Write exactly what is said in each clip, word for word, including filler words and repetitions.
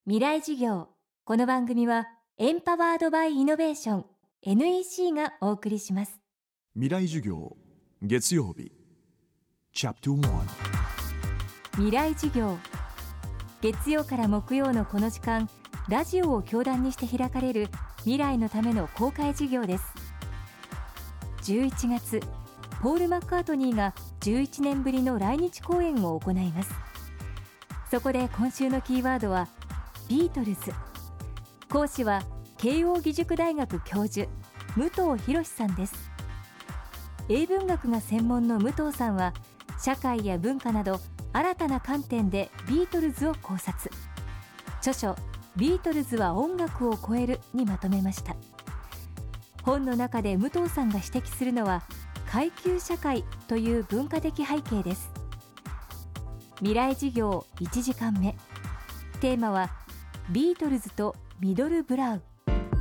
未来事業。この番組はエンパワードバイイノベーション エヌイーシー がお送りします。 未来授業月曜日チャプターワン未来事業。月曜から木曜のこの時間、ラジオを教壇にして開かれる未来のための公開授業です。じゅういちがつ、ポール・マッカートニーがじゅういちねんぶりの来日公演を行います。そこで今週のキーワードはビートルズ。講師は慶應義塾大学教授武藤博さんです。英文学が専門の武藤さんは、社会や文化など新たな観点でビートルズを考察。著書ビートルズは音楽を超えるにまとめました。本の中で武藤さんが指摘するのは階級社会という文化的背景です。未来事業いちじかんめ、テーマはビートルズとミドルブラウ。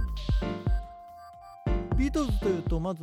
ビートルズというとまず、うん、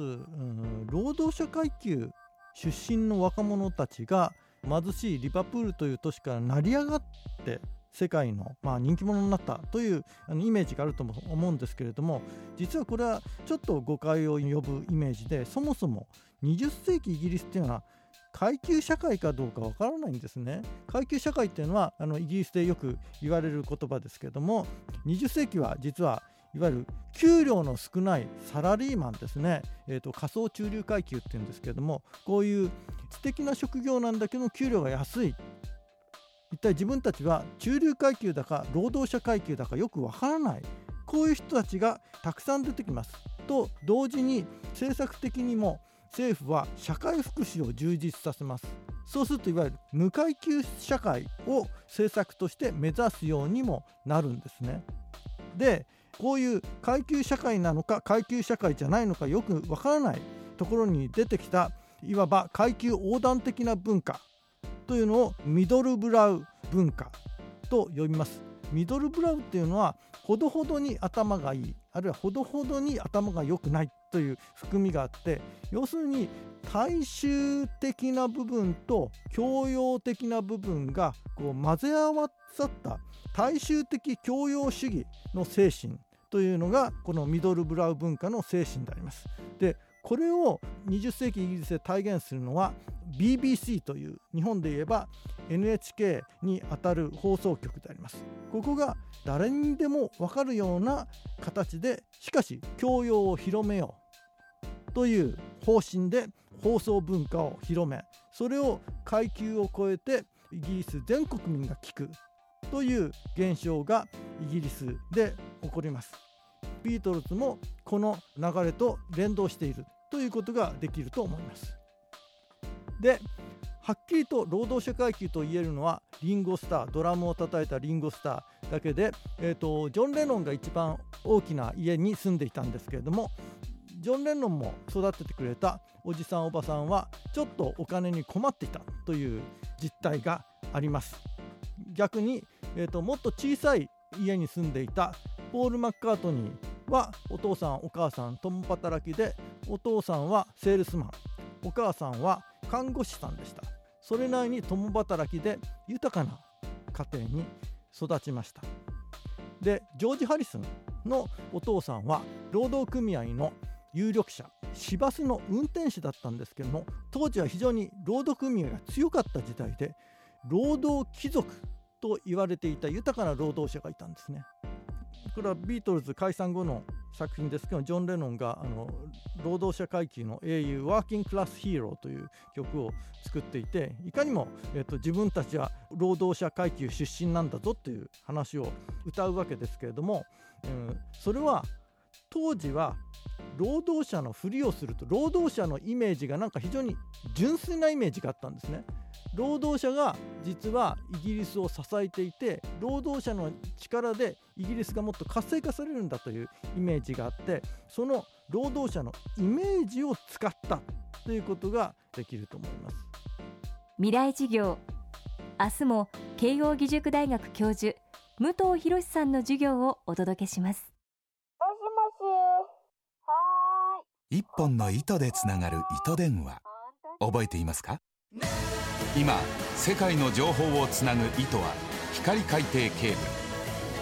労働者階級出身の若者たちが貧しいリバプールという都市から成り上がって世界の、まあ、人気者になったというあのイメージがあると思うんですけれども、実はこれはちょっと誤解を呼ぶイメージで、そもそもにじゅっせいきイギリスっていうのは階級社会かどうかわからないんですね。階級社会っていうのはあのイギリスでよく言われる言葉ですけども、にじゅっせいきは実はいわゆる給料の少ないサラリーマンですね、えーと、仮想中流階級っていうんですけども、こういう素敵な職業なんだけど給料が安い、一体自分たちは中流階級だか労働者階級だかよくわからない、こういう人たちがたくさん出てきますと同時に、政策的にも政府は社会福祉を充実させます。そうするといわゆる無階級社会を政策として目指すようにもなるんですね。で、こういう階級社会なのか階級社会じゃないのかよくわからないところに出てきた、いわば階級横断的な文化というのをミドルブラウ文化と呼びます。ミドルブラウっていうのはほどほどに頭がいい、あるいはほどほどに頭が良くないという含みがあって、要するに大衆的な部分と教養的な部分がこう混ぜ合わさった大衆的教養主義の精神というのがこのミドルブラウ文化の精神であります。で、これをにじゅっせいきイギリスで体現するのは ビービーシー という、日本で言えば エヌエイチケー にあたる放送局であります。ここが誰にでも分かるような形で、しかし教養を広めようという方針で放送文化を広め、それを階級を超えてイギリス全国民が聞くという現象がイギリスで起こります。ビートルズもこの流れと連動しているということができると思います。で、はっきりと労働者階級と言えるのはリンゴスター、ドラムを叩いたリンゴスターだけで、えーと、ジョン・レノンが一番大きな家に住んでいたんですけれども、ジョン・レノンも育ててくれたおじさんおばさんはちょっとお金に困っていたという実態があります。逆に、えーと、もっと小さい家に住んでいたポール・マッカートニーはお父さんお母さん共働きで、お父さんはセールスマン、お母さんは看護師さんでした。それなりに共働きで豊かな家庭に育ちました。で、ジョージ・ハリスンのお父さんは労働組合の有力者、市バスの運転手だったんですけども、当時は非常に労働組合が強かった時代で、労働貴族と言われていた豊かな労働者がいたんですね。これはビートルズ解散後の作品ですけど、ジョン・レノンがあの労働者階級の英雄ワーキングクラスヒーローという曲を作っていて、いかにも、えっと、自分たちは労働者階級出身なんだぞという話を歌うわけですけれども、うん、それは当時は労働者のふりをすると、労働者のイメージがなんか非常に純粋なイメージがあったんですね。労働者が実はイギリスを支えていて、労働者の力でイギリスがもっと活性化されるんだというイメージがあって、その労働者のイメージを使ったということができると思います。 未来事業。明日も慶應義塾大学教授武藤博さんの授業をお届けします。 もしもし、はーい。 一本の糸でつながる糸電話、覚えていますか？今世界の情報をつなぐ糸は光海底ケーブル。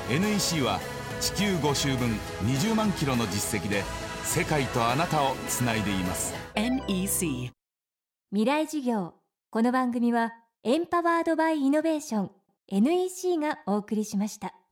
エヌイーシー は地球ご周分にじゅうまんキロの実績で世界とあなたをつないでいます。 エヌイーシー未来事業。この番組はエンパワードバイイノベーション エヌイーシー がお送りしました。